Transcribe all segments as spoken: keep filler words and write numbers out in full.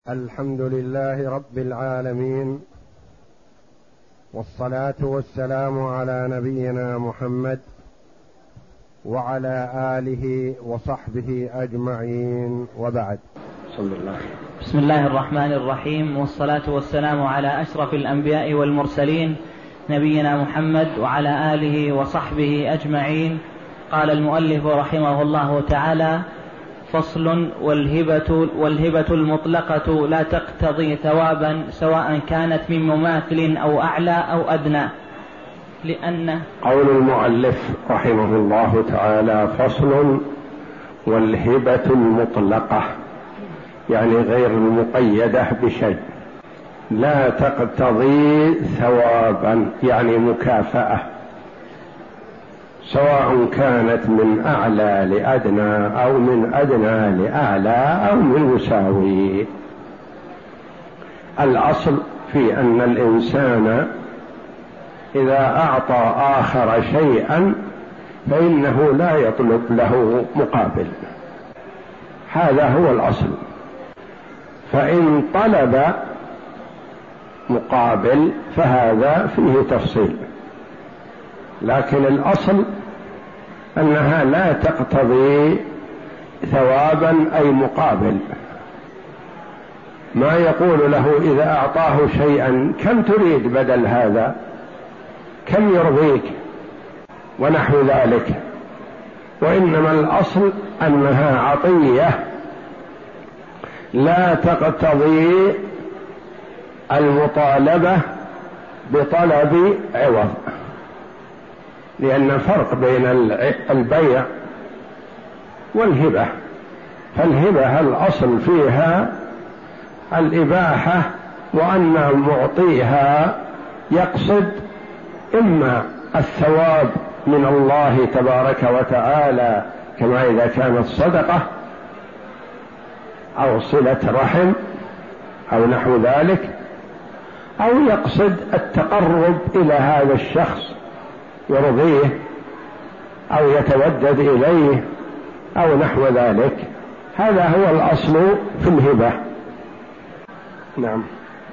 الحمد لله رب العالمين، والصلاة والسلام على نبينا محمد وعلى آله وصحبه أجمعين، وبعد. بسم الله بسم الله الرحمن الرحيم، والصلاة والسلام على أشرف الأنبياء والمرسلين نبينا محمد وعلى آله وصحبه أجمعين. قال المؤلف رحمه الله تعالى: فصل: والهبة, والهبة المطلقة لا تقتضي ثوابا سواء كانت من مماثل أو أعلى أو أدنى، لأن قول المؤلف رحمه الله تعالى: فصل: والهبة المطلقة، يعني غير المقيدة بشيء، لا تقتضي ثوابا يعني مكافأة، سواء كانت من أعلى لأدنى أو من أدنى لأعلى أو من مساوي. الأصل في أن الإنسان إذا أعطى آخر شيئا فإنه لا يطلب له مقابل، هذا هو الأصل. فإن طلب مقابل فهذا فيه تفصيل، لكن الأصل أنها لا تقتضي ثوابا أي مقابل. ما يقول له إذا أعطاه شيئا: كم تريد بدل هذا؟ كم يرضيك؟ ونحو ذلك. وإنما الأصل أنها عطية لا تقتضي المطالبة بطلب عوض، لأن فرق بين البيع والهبة. فالهبة الأصل فيها الإباحة، وأن معطيها يقصد إما الثواب من الله تبارك وتعالى كما إذا كانت صدقة أو صلة رحم أو نحو ذلك، أو يقصد التقرب إلى هذا الشخص يرضيه أو يتودد إليه أو نحو ذلك. هذا هو الأصل في الهبة. نعم.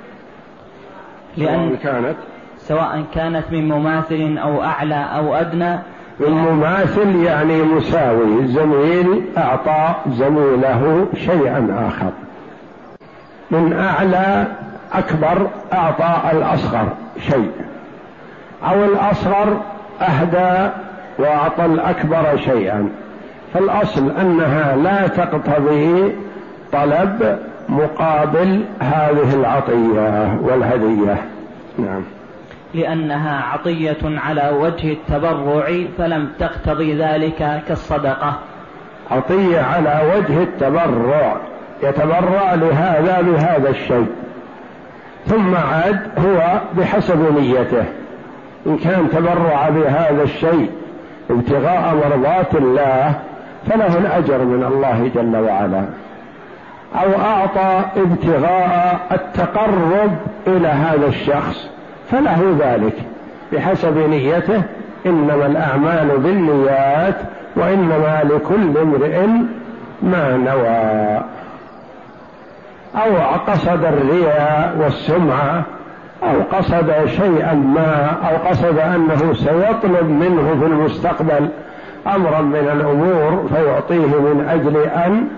لأن سواء كانت سواء كانت من مماثل أو أعلى أو أدنى. من مماثل يعني مساوي، زميل أعطى زميله شيئا آخر. من أعلى أكبر أعطى الأصغر شيء، أو الأصغر أهدى وأعطى الأكبر شيئا. فالأصل أنها لا تقتضي طلب مقابل هذه العطية والهدية. نعم. لأنها عطية على وجه التبرع فلم تقتضي ذلك كالصدقة. عطية على وجه التبرع، يتبرع لهذا بهذا الشيء، ثم عاد هو بحسب نيته. إن كان تبرع بهذا الشيء ابتغاء مرضات الله فله الأجر من الله جل وعلا، أو أعطى ابتغاء التقرب إلى هذا الشخص فله ذلك بحسب نيته. إنما الأعمال بالنيات وإنما لكل امرئ ما نوى. أو قصد الرياء والسمعة، أو قصد شيئا ما، أو قصد أنه سيطلب منه في المستقبل أمرا من الأمور فيعطيه من أجل أن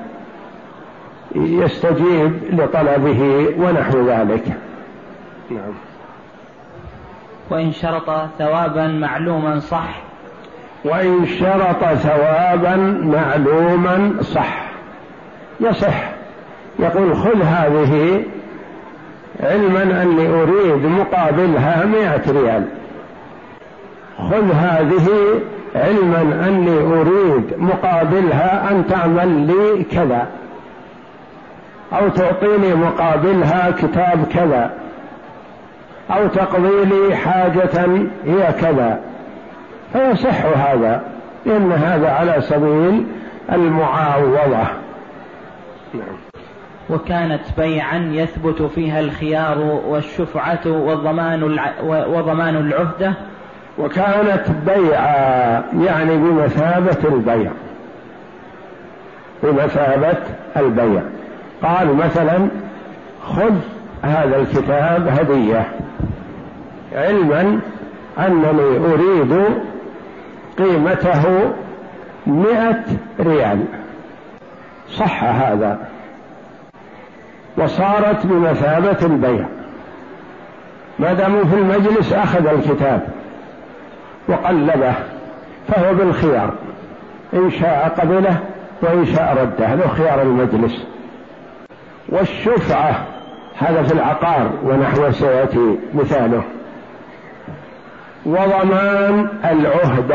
يستجيب لطلبه ونحو ذلك. نعم. وإن شرط ثوابا معلوما صح. وإن شرط ثوابا معلوما صح، يصح. يقول: خذ هذه علما أني أريد مقابلها مئة ريال، خذ هذه علما أني أريد مقابلها أن تعمل لي كذا، أو تعطيني مقابلها كتاب كذا، أو تقضي لي حاجة هي كذا، فيصح هذا، لأن هذا على سبيل المعاوضة. نعم. وكانت بيعا يثبت فيها الخيار والشفعة وضمان الع... وضمان العهدة. وكانت بيعا يعني بمثابة البيع، بمثابة البيع. قال مثلا: خذ هذا الكتاب هدية، علما أنني أريد قيمته مئة ريال. صح هذا، وصارت بمثابة البيع، ما داموا في المجلس أخذ الكتاب وقلبه، فهو بالخيار، إن شاء قبله وإن شاء رده، له خيار المجلس. والشفعة هذا في العقار ونحو سيأتي مثاله. وضمان العهدة،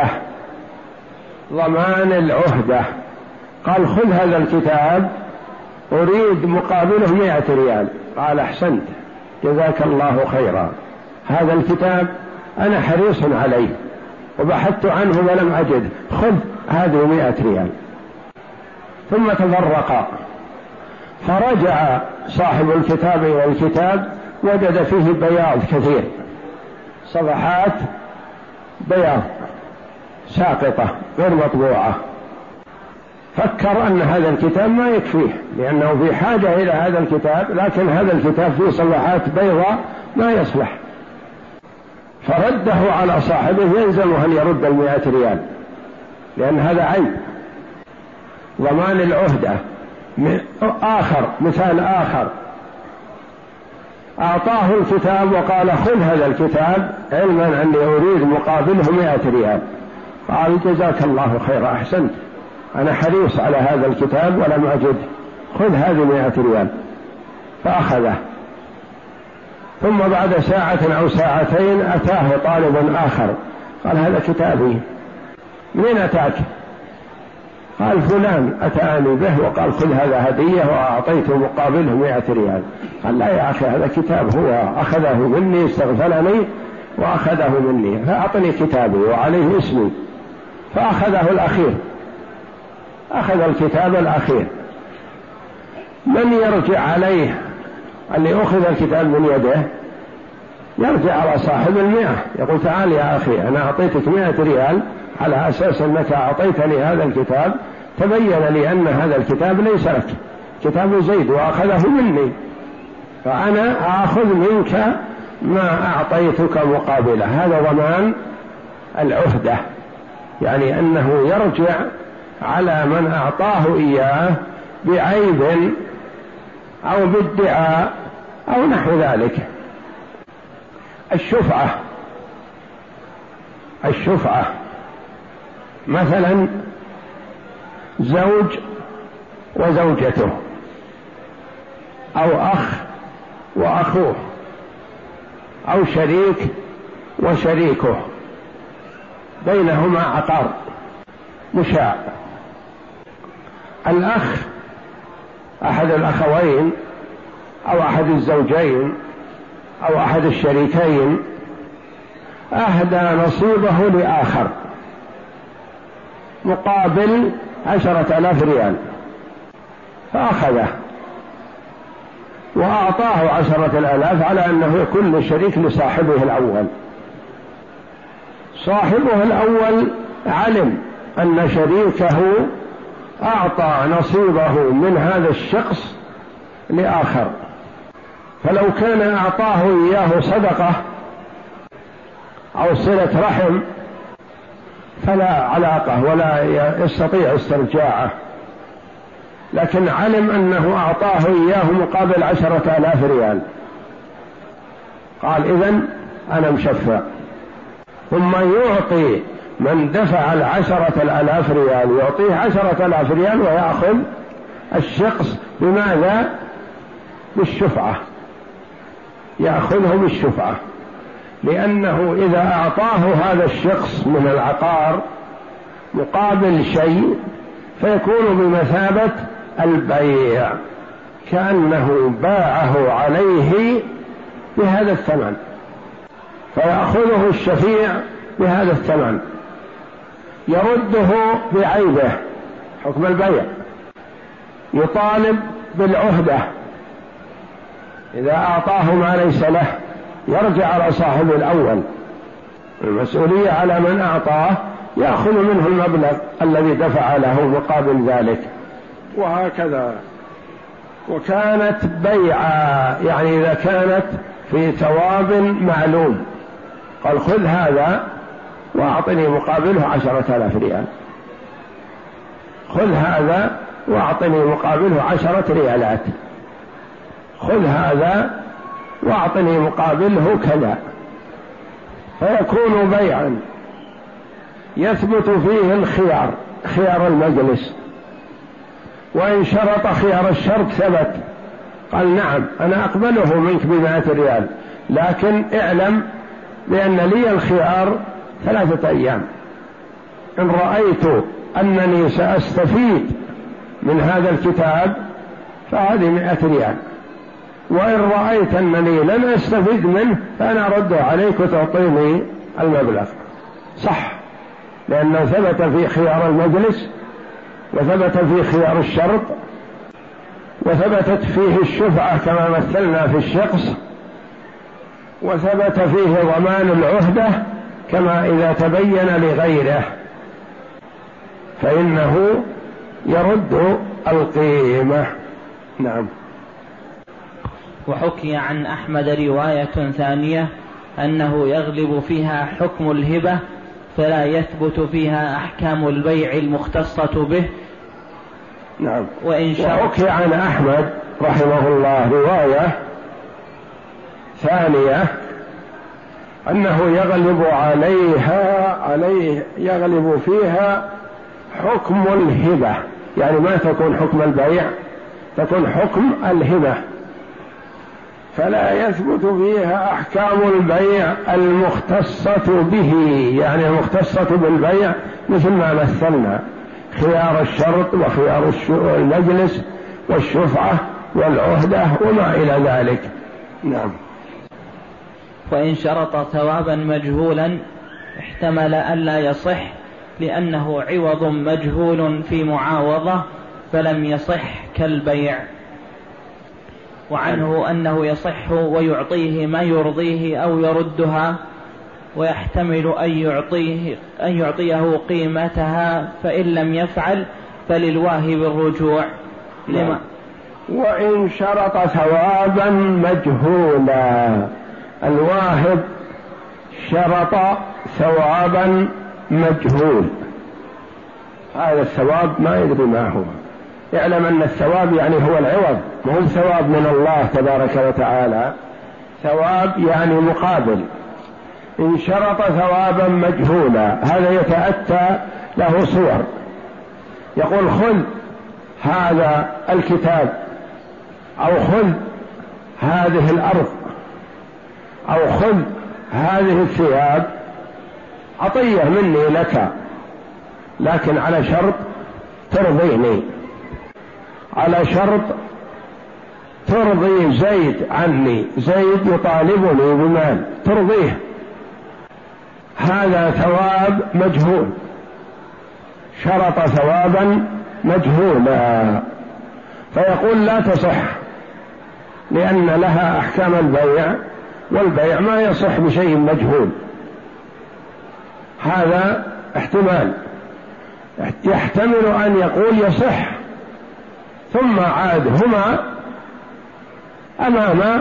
ضمان العهدة، قال خذ هذا الكتاب أريد مقابله مئة ريال، قال أحسنت جزاك الله خيرا، هذا الكتاب أنا حريص عليه وبحثت عنه ولم أجد، خذ هذه مئة ريال. ثم تفرقا، فرجع صاحب الكتاب إلى الكتاب وجد فيه بياض كثير، صفحات بياض ساقطة غير مطبوعة، فكر أن هذا الكتاب ما يكفيه لأنه في حاجة إلى هذا الكتاب، لكن هذا الكتاب فيه صفحات بيضاء ما يصلح، فرده على صاحبه، يلزمه أن يرد المئة ريال لأن هذا عيب. ضمان العهدة. آخر مثال آخر، أعطاه الكتاب وقال خذ هذا الكتاب علما أني أريد مقابله مئة ريال، قال جزاك الله خيرا أحسنت أنا حريص على هذا الكتاب ولم أجد، خذ هذه مئة ريال، فأخذه. ثم بعد ساعة أو ساعتين أتاه طالب آخر قال هذا كتابي، منين أتاك؟ قال فلان أتاني به وقال خذ هذا هدية وأعطيته مقابله مئة ريال. قال لا يا أخي هذا كتاب هو أخذه مني، استغفلني وأخذه مني، فأعطني كتابي وعليه اسمي، فأخذه الأخير، أخذ الكتاب الأخير. من يرجع عليه؟ اللي أخذ الكتاب من يده يرجع على صاحب المئة، يقول تعال يا أخي أنا أعطيتك مئة ريال على أساس أنك أعطيتني هذا الكتاب، تبين لي أن هذا الكتاب ليس لك، كتاب زيد وأخذه مني، فأنا آخذ منك ما أعطيتك مقابله. هذا ضمان العهدة، يعني أنه يرجع على من أعطاه إياه بعيب أو بادعاء أو نحو ذلك. الشفعة، الشفعة مثلا زوج وزوجته أو أخ وأخوه أو شريك وشريكه، بينهما عقار مشاع، الأخ أحد الأخوين أو أحد الزوجين أو أحد الشريكين أهدى نصيبه لآخر مقابل عشرة آلاف ريال، فأخذه وأعطاه عشرة الآلاف على أنه يكون للشريك لصاحبه الأول. صاحبه الأول علم أن شريكه أعطى نصيبه من هذا الشخص لآخر، فلو كان أعطاه إياه صدقة أو صلة رحم فلا علاقة ولا يستطيع استرجاعه، لكن علم أنه أعطاه إياه مقابل عشرة آلاف ريال، قال إذن أنا مشفع، ثم يعطي من دفع العشرة الآلاف ريال يعطيه عشرة آلاف ريال ويأخذ الشخص بماذا؟ بالشفعة، يأخذه بالشفعة، لأنه إذا أعطاه هذا الشخص من العقار مقابل شيء فيكون بمثابة البيع، كأنه باعه عليه بهذا الثمن، فيأخذه الشفيع بهذا الثمن، يرده بعيبه حكم البيع، يطالب بالعهدة، إذا أعطاه ما ليس له يرجع على صاحب الأول، المسؤولية على من أعطاه، يأخذ منه المبلغ الذي دفع له مقابل ذلك، وهكذا. وكانت بيعا، يعني إذا كانت في ثواب معلوم، قال خذ هذا وأعطني مقابله عشرة آلاف ريال، خذ هذا وأعطني مقابله عشرة ريالات، خذ هذا وأعطني مقابله كذا، فيكون بيعا يثبت فيه الخيار، خيار المجلس. وإن شرط خيار الشرط ثبت، قال نعم أنا أقبله منك بمائة ريال، لكن اعلم بأن لي الخيار ثلاثة أيام، إن رأيت أنني سأستفيد من هذا الكتاب فهذه مائة ريال، وإن رأيت أنني لن أستفيد منه فأنا أرده عليك وتعطيني المبلغ. صح، لأنه ثبت في خيار المجلس، وثبت في خيار الشرط، وثبتت فيه الشفعة كما مثلنا في الشخص، وثبت فيه ضمان العهدة كما إذا تبين لغيره فإنه يرد القيمة. نعم. وحكي عن أحمد رواية ثانية أنه يغلب فيها حكم الهبة فلا يثبت فيها أحكام البيع المختصة به. نعم. وحكي عن أحمد رحمه الله رواية ثانية أنه يغلب عليها عليه يغلب فيها حكم الهبة، يعني ما تكون حكم البيع، تكون حكم الهبة، فلا يثبت فيها أحكام البيع المختصة به، يعني المختصة بالبيع مثل ما مثلنا خيار الشرط وخيار المجلس والشفعة والعهدة وما إلى ذلك. نعم. وإن شرط ثوابا مجهولا احتمل ألا يصح لأنه عوض مجهول في معاوضة فلم يصح كالبيع. وعنه أنه يصح ويعطيه ما يرضيه أو يردها، ويحتمل أن يعطيه, أن يعطيه قيمتها، فإن لم يفعل فللواهب الرجوع. لما وإن شرط ثوابا مجهولا، الواهب شرط ثوابا مجهول، هذا الثواب ما يدري ما هو، يعلم أن الثواب يعني هو العوض، ما هو الثواب من الله تبارك وتعالى، ثواب يعني مقابل. إن شرط ثوابا مجهولا هذا يتأتى له صور، يقول خذ هذا الكتاب، أو خذ هذه الأرض، أو خذ هذه الثياب، عطية مني لك، لكن على شرط ترضيني، على شرط ترضي زيد عني، زيد يطالبني بمال ترضيه، هذا ثواب مجهول، شرط ثوابا مجهولا، فيقول لا تصح لأن لها أحكام البيع، والبيع ما يصح بشيء مجهول. هذا احتمال، يحتمل أن يقول يصح، ثم عاد هما أمام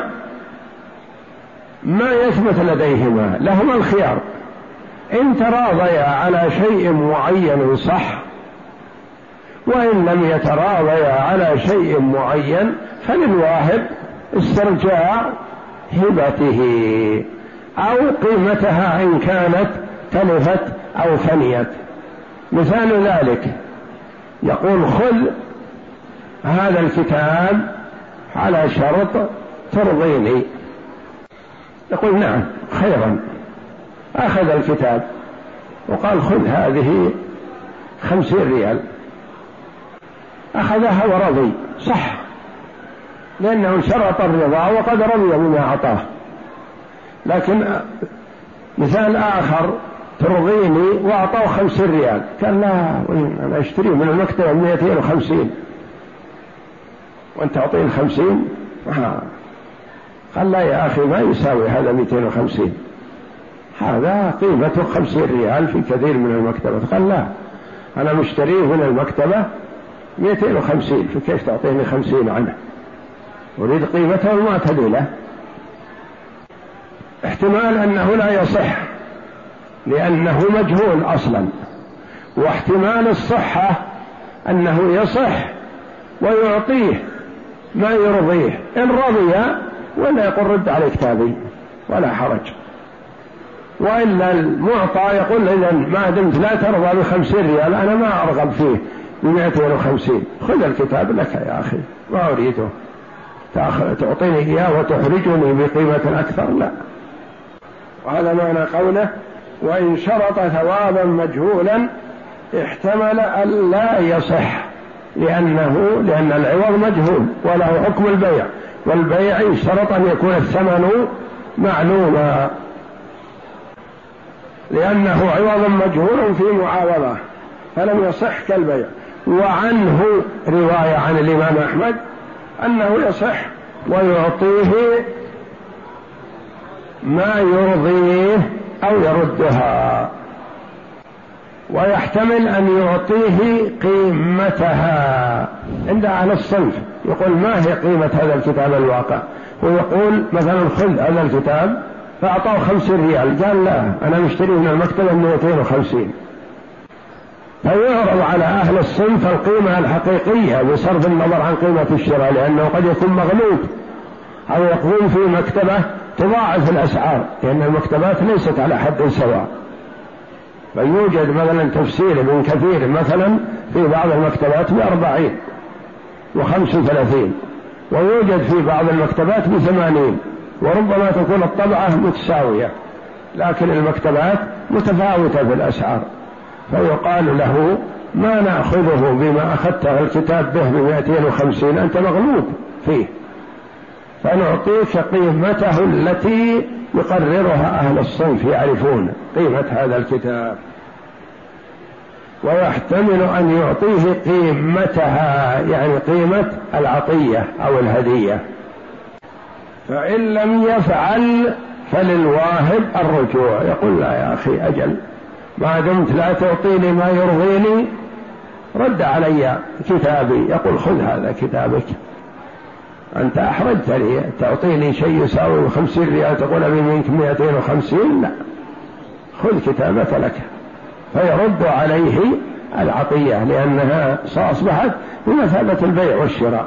ما يثبت لديهما، لهما الخيار، إن تراضيا على شيء معين صح، وإن لم يتراضيا على شيء معين فللواهب استرجاع هبته أو قيمتها إن كانت تلفت أو فنيت. مثال ذلك يقول خذ هذا الكتاب على شرط ترضيني، يقول نعم خيرا، أخذ الكتاب وقال خذ هذه خمسين ريال، أخذها ورضي، صح، لأنه شرط الرضا وقد رضي بما أعطاه. لكن مثال آخر ترضيني وأعطاه خمسين ريال، قال لا أنا أشتري من المكتبة مئتين وخمسين وأنت تعطيني خمسين، قال لا يا أخي ما يساوي هذا مئتين وخمسين، هذا قيمته خمسين ريال في كثير من المكتبة. قال لا أنا مشتريه من المكتبة مئتين وخمسين، فكيف تعطيني خمسين عنه؟ أريد قيمته المعتدلة. احتمال أنه لا يصح لأنه مجهول أصلا، واحتمال الصحة أنه يصح ويعطيه ما يرضيه، إن رضي ولا يقول رد على كتابي ولا حرج، وإلا المعطى يقول إذا ما دمت لا ترضى بخمسين ريال أنا ما أرغب فيه بمئتين وخمسين، خذ الكتاب لك يا أخي ما أريده، تعطيني إياه وتحرجني بقيمة أكثر، لا. وهذا معنى قوله وإن شرط ثوابا مجهولا احتمل أن لا يصح، لأنه لأن العوض مجهول وله حكم البيع، والبيع يشترط أن يكون الثمن معلوما، لأنه عوض مجهول في معاوضة فلم يصح كالبيع. وعنه رواية عن الإمام أحمد أنه يصح ويعطيه ما يرضيه أو يردها، ويحتمل أن يعطيه قيمتها. عند أهل الصنف يقول ما هي قيمة هذا الكتاب الواقع، ويقول مثلا خذ هذا الكتاب، فأعطاه خمسين ريال، قال لا أنا مشتري من المكتبة مئتين وخمسين، فيعرض على أهل الصنف القيمة الحقيقية بصرف النظر عن قيمة الشراء، لأنه قد يكون مغلوب أو يقوم في مكتبة تضاعف الأسعار، لأن المكتبات ليست على حد سواء، فيوجد مثلا تفسير ابن كثير مثلا في بعض المكتبات بأربعين وخمس وثلاثين، ويوجد في بعض المكتبات بثمانين، وربما تكون الطبعة متساوية لكن المكتبات متفاوتة في الأسعار، فيقال له ما نأخذه بما أخذته الكتاب به بمئتين وخمسين، أنت مغلوب فيه، فنعطيك قيمته التي يقررها أهل الصنف يعرفون قيمة هذا الكتاب. ويحتمل أن يعطيه قيمتها يعني قيمة العطية أو الهدية، فإن لم يفعل فللواهب الرجوع، يقول لا يا أخي أجل ما دمت لا تعطيني ما يرضيني رد علي كتابي، يقول خذ هذا كتابك، أنت أحرجتني تعطيني شيء يساوي خمسين ريال تقول أبي منك مئتين وخمسين، لا خذ كتابك لك، فيرد عليه العطية لأنها أصبحت بمثابة البيع والشراء.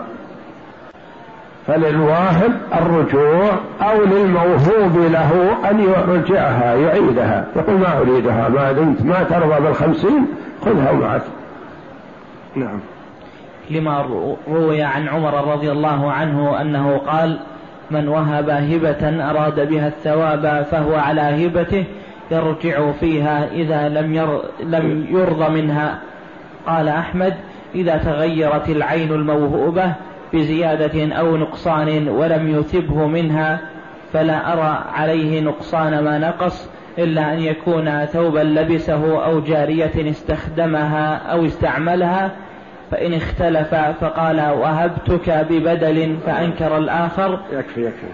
فللواهب الرجوع أو للموهوب له أن يرجعها يعيدها، يقول ما أريدها ما دمت ما ترضى بالخمسين خذها معك. نعم. لما روي عن عمر رضي الله عنه أنه قال من وهب هبة أراد بها الثواب فهو على هبته يرجع فيها إذا لم, ير لم يرضى منها. قال أحمد إذا تغيرت العين الموهوبة بزيادة أو نقصان ولم يثبه منها فلا أرى عليه نقصان ما نقص إلا أن يكون ثوبا لبسه أو جارية استخدمها أو استعملها، فإن اختلف فقال وهبتك ببدل فأنكر الآخر. يكفي يكفي.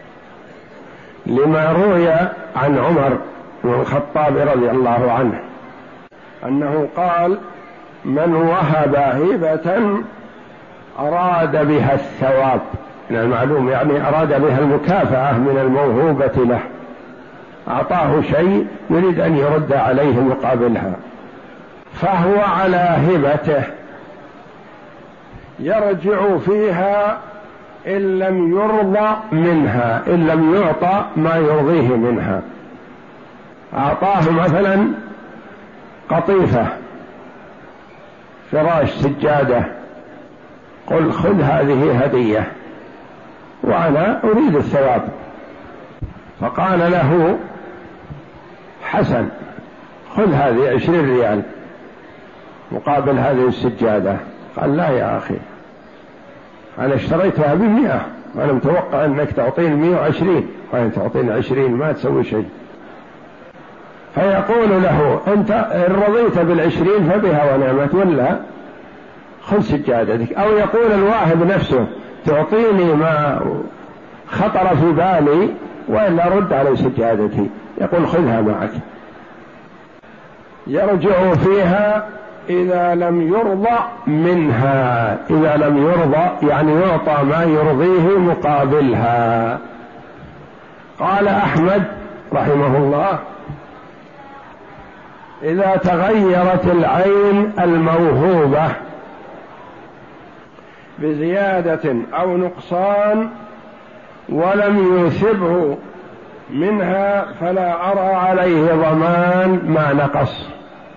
لما روي عن عمر بن الخطاب رضي الله عنه أنه قال من وهب هبة أراد بها الثواب، من المعلوم يعني أراد بها المكافأة من الموهوبة له، أعطاه شيء يريد أن يرد عليه مقابلها، فهو على هبته يرجع فيها إن لم يرضى منها، إن لم يعطى ما يرضيه منها. أعطاه مثلا قطيفة فراش سجادة، قل خذ هذه هدية وأنا أريد الثواب، فقال له حسن خذ هذه عشرين ريال مقابل هذه السجادة، قال لا يا أخي أنا اشتريتها بمئة وأنا متوقع أنك تعطيني مئة وعشرين وأنا تعطيني عشرين ما تسوي شيء. فيقول له أنت إن رضيت بالعشرين فبها ونعمت ولا خذ سجادتك، أو يقول الواهب نفسه تعطيني ما خطر في بالي وإلا رد علي سجادتي، يقول خذها معك. يرجع فيها إذا لم يرضى منها، إذا لم يرضى يعني يعطى ما يرضيه مقابلها. قال أحمد رحمه الله: إذا تغيرت العين الموهوبة بزيادة أو نقصان ولم يثبه منها فلا أرى عليه ضمان ما نقص.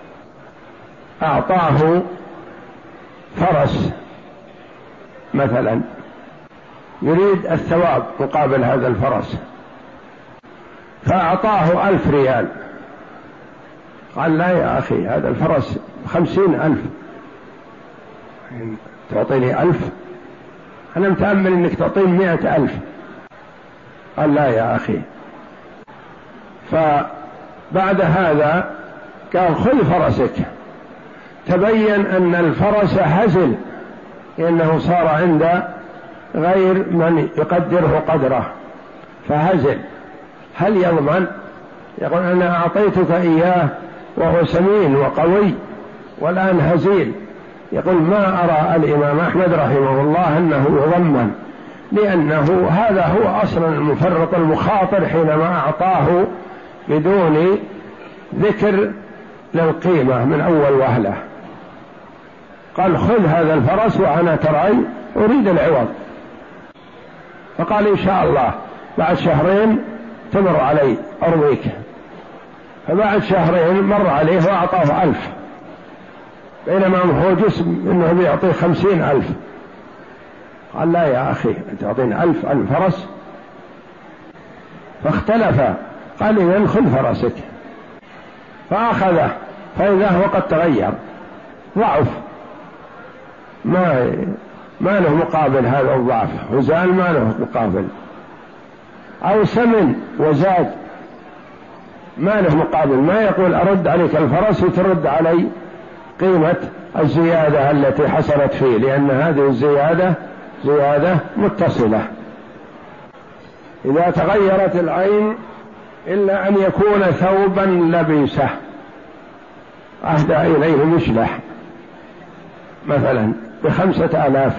أعطاه فرس مثلا يريد الثواب مقابل هذا الفرس، فأعطاه ألف ريال، قال: لا يا أخي، هذا الفرس خمسين ألف، تعطيني ألف؟ أنا متأمل أنك تعطيني مئة ألف. قال: لا يا أخي. فبعد هذا قال: خذ فرسك. تبين أن الفرس هزل لأنه صار عند غير من يقدره قدره فهزل، هل يضمن؟ يقول: أنا أعطيتك إياه وهو سمين وقوي والآن هزيل. يقول: ما أرى الإمام أحمد رحمه الله أنه يضمن، لأنه هذا هو أصلا المفرط المخاطر حينما أعطاه بدون ذكر للقيمة من أول وهلة. قال: خذ هذا الفرس وأنا ترى أريد العوض. فقال: إن شاء الله بعد شهرين تمر علي أرويك. فبعد شهرين مر عليه وأعطاه ألف، بينما هو جسم إنه بيعطيه خمسين ألف. قال: لا يا أخي، تعطيني ألف ألف فرس. فاختلف. قال: إذن خذ فرسك. فأخذه، فإذا هو قد تغير، ضعف، ما ما له مقابل هذا الضعف، وزال ما له مقابل، أو سمن وزاد ما له مقابل. ما يقول أرد عليك الفرس وترد علي قيمة الزيادة التي حصلت فيه، لأن هذه الزيادة زيادة متصلة. إذا تغيرت العين إلا أن يكون ثوبا لبسه، أهدى إليه مشلح مثلا بخمسة آلاف،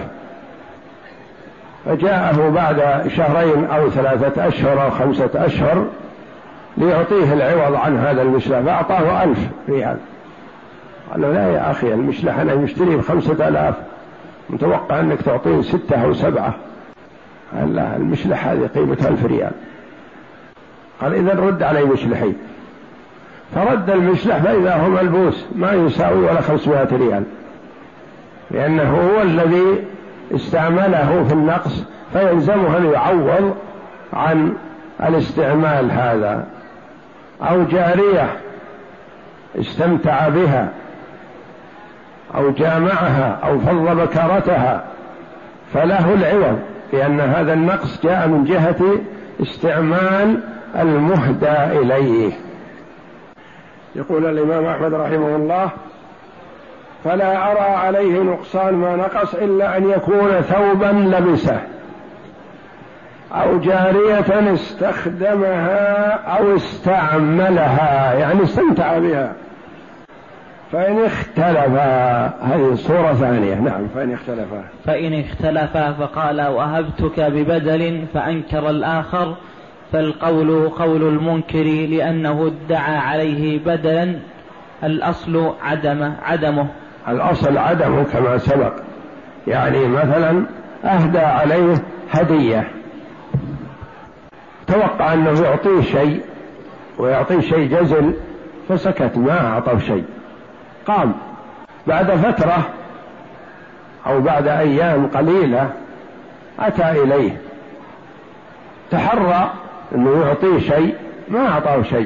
فجاءه بعد شهرين أو ثلاثة أشهر أو خمسة أشهر ليعطيه العوض عن هذا المشلح، فأعطاه ألف ريال. قال له: لا يا أخي، المشلح أنا مشتري بخمسة آلاف، متوقع أنك تعطيه ستة أو سبعة. قال: لا، المشلح هذه قيمة ألف ريال. قال: إذن رد علي مشلحي. فرد المشلح فإذا هو ملبوس ما يساوي ولا خمسمائة ريال، لأنه هو الذي استعمله في النقص، فيلزمه أن يعوض عن الاستعمال هذا. أو جارية استمتع بها أو جامعها أو فض بكرتها فله العوض، لأن هذا النقص جاء من جهة استعمال المهدى إليه. يقول الإمام أحمد رحمه الله: فلا أرى عليه نقصان ما نقص إلا أن يكون ثوبا لبسه أو جارية استخدمها أو استعملها، يعني استمتع بها. فإن اختلفا، هذه صورة ثانية. نعم. فإن اختلفا فإن اختلفا فقال: وهبتك ببدل فأنكر الآخر، فالقول قول المنكر لأنه ادعى عليه بدلا، الأصل عدمه عدمه الأصل عدمه كما سبق. يعني مثلا أهدى عليه هدية، توقع أنه يعطيه شيء ويعطيه شيء جزل، فسكت ما أعطاه شيء. قام بعد فترة أو بعد أيام قليلة أتى إليه، تحرى أنه يعطيه شيء، ما أعطاه شيء.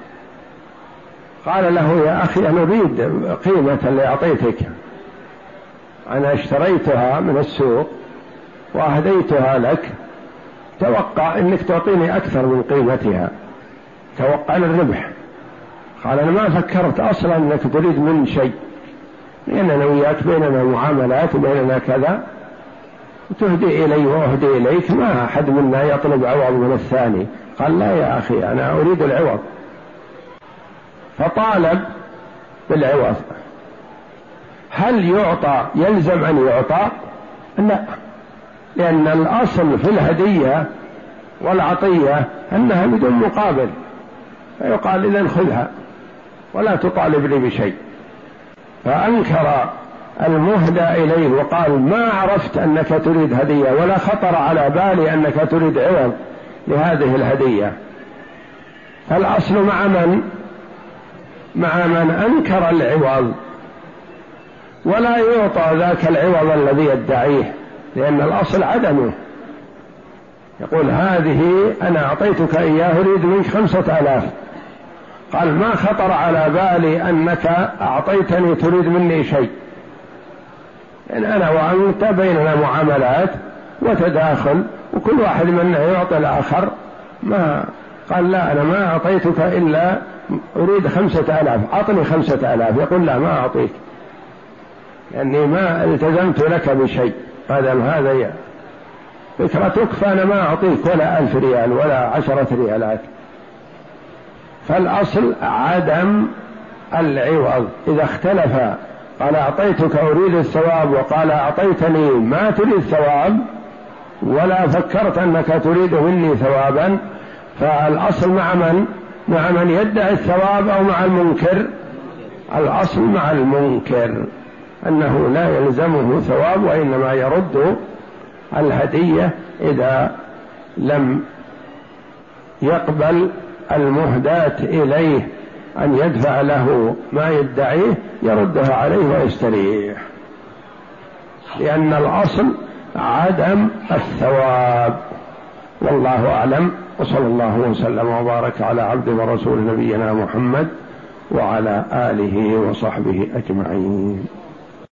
قال له: يا أخي، أنا أريد قيمة اللي أعطيتك، أنا اشتريتها من السوق وأهديتها لك، توقع أنك تعطيني أكثر من قيمتها، توقع الربح. قال: أنا ما فكرت أصلا أنك تريد من شيء، لأننا وياك بيننا معاملات وبيننا كذا، وتهدي إلي وأهدي إليك، ما أحد منا يطلب عوض من الثاني. قال: لا يا أخي، أنا أريد العوض. فطالب بالعوض، هل يعطى يلزم أن يعطى؟ لا، لأن الأصل في الهدية والعطية أنها بدون مقابل، فيقال إذن خذها ولا تطالبني بشيء. فأنكر المهدى إليه وقال ما عرفت أنك تريد هدية ولا خطر على بالي أنك تريد عوض لهذه الهدية. فالأصل مع من؟ مع من أنكر العوض، ولا يعطى ذاك العوض الذي يدعيه، لأن الأصل عدمه. يقول هذه أنا أعطيتك إياه أريد منك خمسة آلاف، قال ما خطر على بالي أنك أعطيتني تريد مني شيء، لأن أنا وأنت بيننا معاملات وتداخل وكل واحد منا يعطي الآخر. ما قال لا أنا ما أعطيتك إلا أريد خمسة آلاف، أعطني خمسة آلاف. يقول لا ما أعطيك لأني ما التزمت لك بشيء، هذا هذا فكرتك، فأنا ما أعطيك ولا ألف ريال ولا عشرة ريالات. فالأصل عدم العوض. إذا اختلف قال أعطيتك أريد الثواب وقال أعطيتني ما تريد ثواب ولا فكرت أنك تريد مني ثوابا، فالأصل مع من؟ مع من يدعي الثواب أو مع المنكر؟ الأصل مع المنكر أنه لا يلزمه ثواب، وإنما يرد الهدية إذا لم يقبل المهداة إليه أن يدفع له ما يدعيه، يردها عليه ويستريح، لأن الأصل عدم الثواب. والله أعلم، وصلى الله وسلم وبارك على عبد ورسول نبينا محمد وعلى آله وصحبه أجمعين.